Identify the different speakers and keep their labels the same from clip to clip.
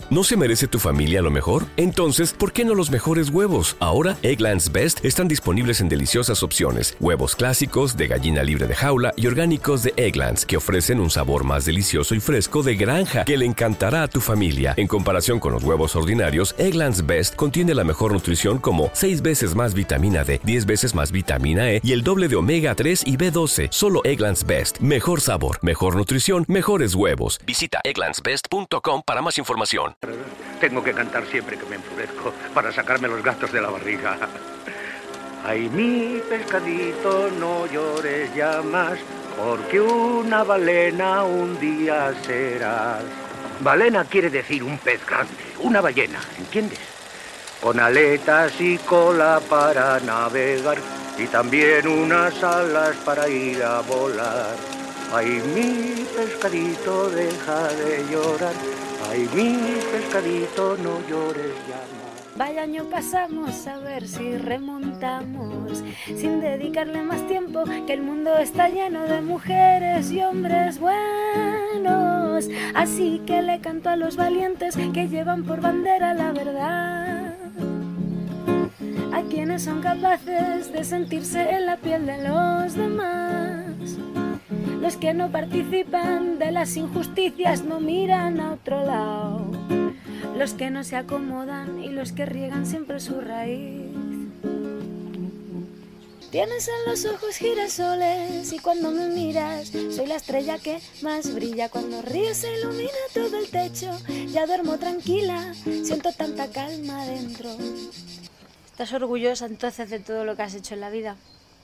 Speaker 1: ¿No se merece tu familia lo mejor? Entonces, ¿por qué no los mejores huevos? Ahora, Eggland's Best están disponibles en deliciosas opciones. Huevos clásicos, de gallina libre de jaula y orgánicos de Eggland's, que ofrecen un sabor más delicioso y fresco de granja que le encantará a tu familia. En comparación con los huevos ordinarios, Eggland's Best contiene la mejor nutrición como 6 veces más vitamina D, 10 veces más vitamina E y el doble de omega 3 y B12. Solo Eggland's Best. Mejor sabor, mejor nutrición, mejores huevos. Visita egglandsbest.com para más información.
Speaker 2: Tengo que cantar siempre que me enfurezco para sacarme los gatos de la barriga. Ay, mi pescadito, no llores ya más, porque una balena un día serás. Balena quiere decir un pez grande, una ballena, ¿entiendes? Con aletas y cola para navegar y también unas alas para ir a volar. Ay, mi pescadito, deja de llorar. Ay, mi pescadito, no llores ya más.
Speaker 3: Vaya año pasamos, a ver si remontamos, sin dedicarle más tiempo, que el mundo está lleno de mujeres y hombres buenos. Así que le canto a los valientes que llevan por bandera la verdad, a quienes son capaces de sentirse en la piel de los demás. Los que no participan de las injusticias no miran a otro lado, los que no se acomodan y los que riegan siempre su raíz. Tienes en los ojos girasoles y cuando me miras soy la estrella que más brilla. Cuando ríes se ilumina todo el techo, ya duermo tranquila, siento tanta calma dentro. ¿Estás orgullosa entonces de todo lo que has hecho en la vida?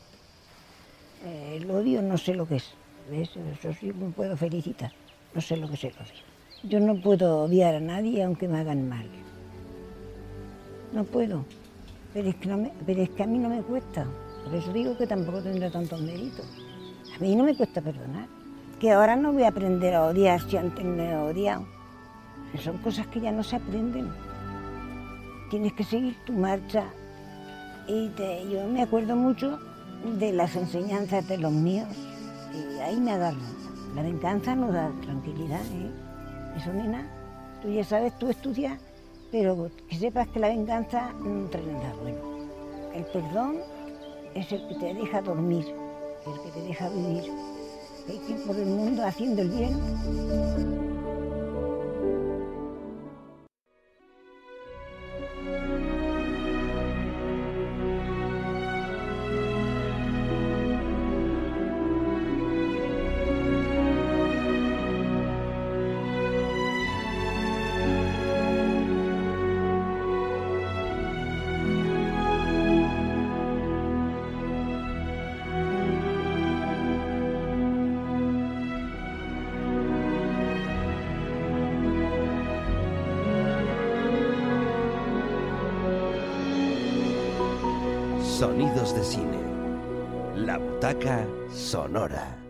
Speaker 4: El odio no sé lo que es. ¿Ves? Eso sí me puedo felicitar. No sé lo que es el odio. Yo no puedo odiar a nadie aunque me hagan mal. No puedo. Pero es que a mí no me cuesta. Por eso digo que tampoco tendré tantos méritos. A mí no me cuesta perdonar. Que ahora no voy a aprender a odiar si antes me he odiado. Son cosas que ya no se aprenden. Tienes que seguir tu marcha. Yo me acuerdo mucho de las enseñanzas de los míos. Y ahí me agarro. La venganza no da tranquilidad, ¿eh? Eso, nena, tú ya sabes, tú estudias, pero que sepas que la venganza no trae nada bueno. El perdón es el que te deja dormir, el que te deja vivir. Hay que ir por el mundo haciendo el bien.
Speaker 5: Sonidos de cine. La butaca sonora.